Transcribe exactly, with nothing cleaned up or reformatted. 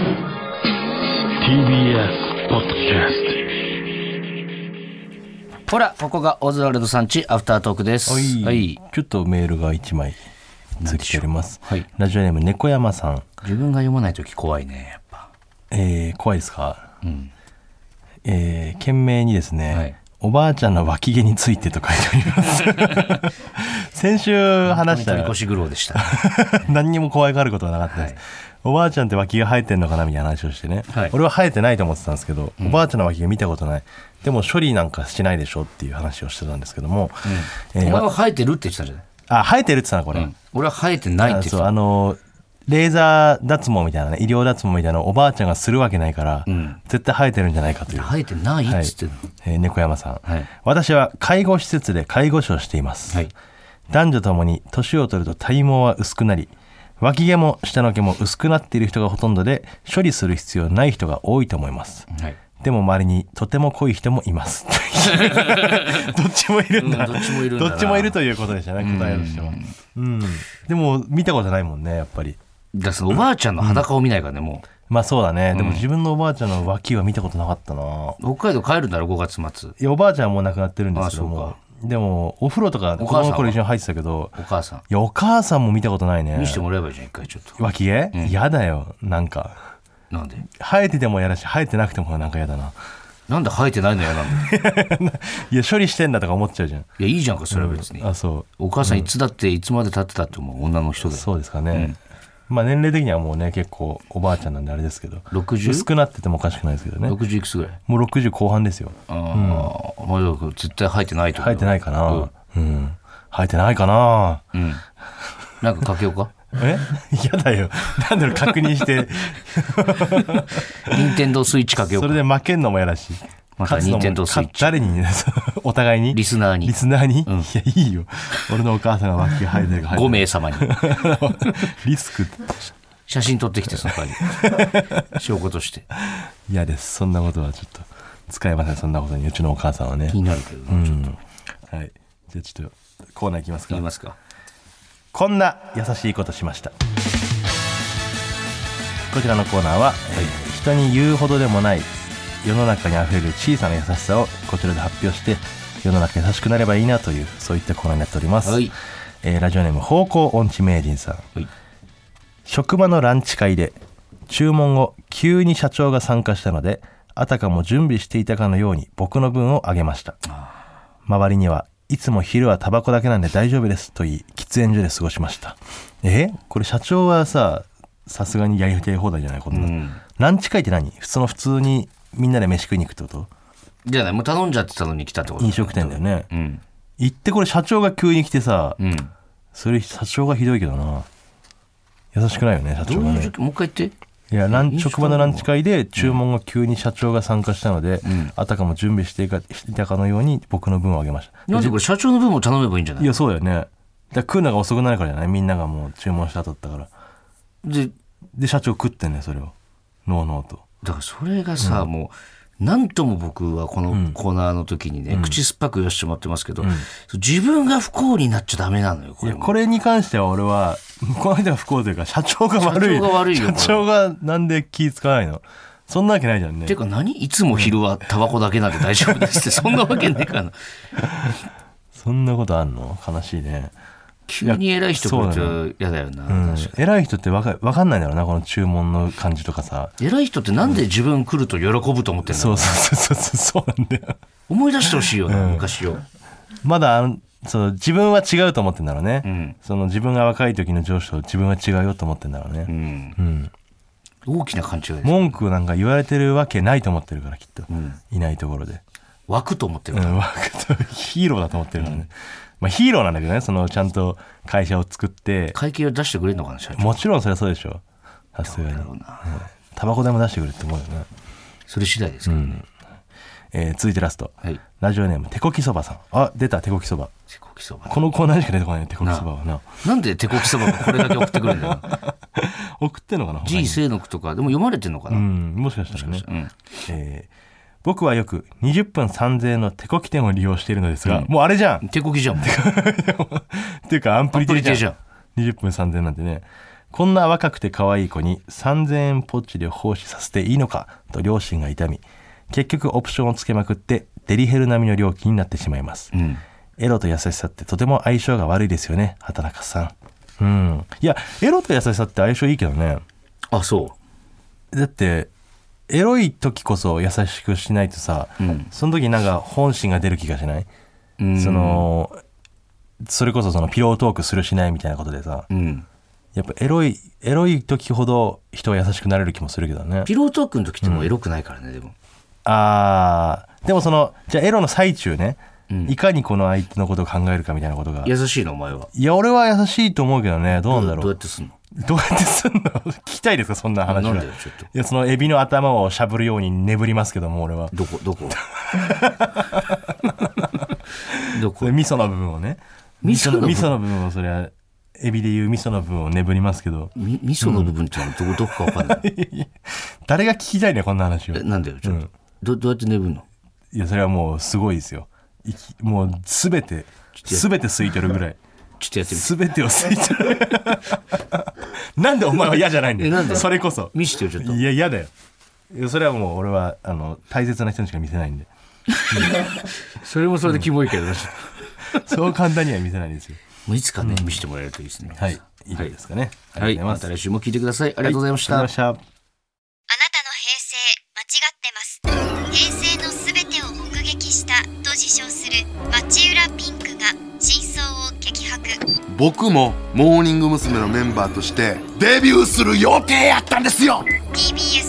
ティービーエス ポッドキャスト。ほら、ここがオズワルドさんちアフタートークです。 はい、 はい、 ちょっとメールがいちまい続きております。 はい、 ラジオネーム猫山さん。 自分が読まないとき怖いね、やっぱ。 えー、怖いですか。 うん。 えー、懸命にですね、はい、おばあちゃんの脇毛についてと書いております先週話した取り越し苦労でした何にも怖がることはなかったです、はい、おばあちゃんって脇毛生えてんのかなみたいな話をしてね、はい、俺は生えてないと思ってたんですけど、うん、おばあちゃんの脇毛見たことない、でも処理なんかしないでしょっていう話をしてたんですけども、 うんえー、お前は生えてるって言ってたじゃない。 あ、生えてるって言ったなこれ、うん、 俺は生えてないって言ってた。 あ、そう、あのーレーザー脱毛みたいなね、医療脱毛みたいなのをおばあちゃんがするわけないから、うん、絶対生えてるんじゃないかという。 生えてないっつってんの、 はいえー、猫山さん、 はい、 私は介護施設で介護士をしています、はい、男女ともに年を取ると体毛は薄くなり、脇毛も下の毛も薄くなっている人がほとんどで、処理する必要ない人が多いと思います、はい、でも周りにとても濃い人もいますどっちもいるんだ、うん、どっちもいるんだな。どっちもいるということでしたね、答えとしては。うん、でも見たことないもんね、やっぱり。 だからおばあちゃんの裸を見ないからね、うん、もう。まあそうだね、うん、でも自分のおばあちゃんの脇は見たことなかったな。 北海道帰るんだろごがつ末。 いやおばあちゃんはもう亡くなってるんですけども、でもお風呂とか子供の頃一緒に入ってたけど、 お母さん、いやお母さんも見たことないね。 見せてもらえばいいじゃん一回ちょっと。 脇毛、うん、やだよ、なんか。 なんで生えててもやだし生えてなくてもなんかやだな。 なんで生えてないのやなんでいや処理してんだとか思っちゃうじゃん。いやいいじゃんかそれは別に、うん、 あそうお母さんいつだっていつまで経ってたって思う女の人で、 そうですかね、うんまあ、年齢的にはもうね結構おばあちゃんなんであれですけど、 ろくじゅう薄くなっててもおかしくないですけどね。 ろくじゅういくつぐらい。 もうろくじゅうこう半ですよ。 あ、うん、まあ、絶対生えてないと思う。 生えてないかな、うんうん、生えてないかな、うん、 なんかかけようかえやだよ、なんだろう確認して任天堂スイッチかけようか。 それで負けんのもやだし、 また任天堂スイッチ誰にお互いにリスナーにリスナーに、うん、いやいいよ、俺のお母さんが脇毛生えてるか生えてるごめい様にリスク写真撮ってきてその代わり証拠として嫌です、そんなことはちょっと使えません、そんなことに。うちのお母さんはね気になるけど、ね、うん、ちょっと、はい、じゃあちょっとコーナーいきますか。 いきますか。 こんな優しいことしました。こちらのコーナーは、はいえー、人に言うほどでもない世の中にあふれる小さな優しさをこちらで発表して世の中優しくなればいいなという、そういったコーナーになっております、はいえー、ラジオネーム方向音痴名人さん、はい、職場のランチ会で注文後急に社長が参加したので、あたかも準備していたかのように僕の分をあげました。周りにはいつも昼はタバコだけなんで大丈夫ですと言い喫煙所で過ごしました。えこれ社長はささすがにやりたい放題じゃないこんな、うん、ランチ会って何？普通の普通にみんなで飯食いに行くってこと？ じゃない、もう頼んじゃってたのに来たってことだ、ね、 飲食店だよね、 うん、 行ってこれ社長が急に来てさ、 うん、 それ社長がひどいけどな。優しくないよね社長がね。 どういうもう一回言って。 いやラン職場のランチ会で注文が急に社長が参加したので、うん、あたかも準備していたかのように僕の分をあげました。 なんでこれ社長の分も頼めばいいんじゃない？ いやそうだよね。だから食うのが遅くなるからじゃない、みんながもう注文した後だったから。でで社長食ってんねそれをノーノーと。 だからそれがさ、うん、もう何とも僕はこのコーナーの時にね、うん、口酸っぱく言わせてもらってますけど、うん、自分が不幸になっちゃダメなのよこれ。 いやこれに関しては俺はこの人が不幸というか社長が悪い。 社長が悪いよ。 社長がなんで気使わないの？そんなわけないじゃんね。 てか何いつも昼はタバコだけなんで大丈夫ですってそんなわけないからそんなことあんの？悲しいね。 急に偉い人来ると嫌だよな、うん、 偉い人って分か、分かんないんだろうなこの注文の感じとかさ。 偉い人ってなんで自分来ると喜ぶと思ってんの？ そうそうそうそうそうなんだよ。 思い出してほしいよな、うん、昔を。まだあのそう自分は違うと思ってんだろうね、うん、その自分が若い時の上司と自分は違うよと思ってんだろうね、うんうん、大きな勘違いです。 文句なんか言われてるわけないと思ってるからきっと、うん、いないところで枠と思ってるから、 うん、枠とヒーローだと思ってるからね、うんまあ、ヒーローなんだけどね、そのちゃんと会社を作って会計を出してくれるのかな社長。 もちろんそれはそうでしょ、さすがにタバコ代も出してくれって思うよね。 それ次第ですけどね、うんえー、続いてラスト、はい、ラジオネーム手こきそばさん。あ出た手こきそば。 手こきそばこのコーナーしか出てこない手こきそばはな。 なんで手こきそばがこれだけ送ってくるんだよ送ってんのかな。 G 清の句とかでも読まれてんのかな、 うん、もしかしたらね、うんえー僕はよくにじゅっぷんさんぜんえんの手こき店を利用しているのですが、うん、もうあれじゃん手こきじゃんっていうかアンプリティじゃん。にじゅっぷんさんぜんえんなんてね。 こんな若くて可愛い子にさんぜんえんポッチで奉仕させていいのかと両親が痛み、結局オプションをつけまくってデリヘル並みの料金になってしまいます、うん、エロと優しさってとても相性が悪いですよね、畑中さん。うん、いやエロと優しさって相性いいけどね。 あ、そうだってエロい時こそ優しくしないとさ、うん、その時なんか本心が出る気がしない？うん、そのそれこそそのピロートークするしないみたいなことでさ、うん、やっぱエロいエロい時ほど人は優しくなれる気もするけどね。 ピロートークの時ってもうエロくないからね、うん、でもあーでもそのじゃあエロの最中ね、うん、いかにこの相手のことを考えるかみたいなことが。 優しいのお前は？ いや俺は優しいと思うけどね。どうなんだろう。 どうやってすんの？ どうやってすんの聞きたいですかそんな話は。なんでよちょっと。いやそのエビの頭をしゃぶるように眠りますけども俺は。 どこどこどこ？ 味噌の部分をね。味噌の部分。味噌の部分をそれはエビでいう味噌の部分を眠りますけど。 み味噌の部分ってのはどこ、どこか分かんない。 誰が聞きたいねこんな話を。 なんだよちょっと、うん、ど, どうやって眠るの？ いやそれはもうすごいですよ。もうすべてすべて吸い取るぐらい。 ちょっとやってみて。 すべてを吸い取る。なんでお前は嫌じゃないんだよ。なんで？それこそ。 見してよちょっと。 いや嫌だよ。いやそれはもう俺はあの大切な人にしか見せないんで。 それもそれでキモいけどな、うん、 そう簡単には見せないですよ。 もういつかね、うん、見せてもらえるといいですね。 はい、いいですかね。 はい、また来週も聞いてください。ありがとうございました。 はい、ありがとうございました。 あなたの平成間違ってます。平成のすべてを目撃したと自称する町浦ピンクが真相を激白。 僕もモーニング娘。のメンバーとしてデビューする予定やったんですよ。 ティービーエス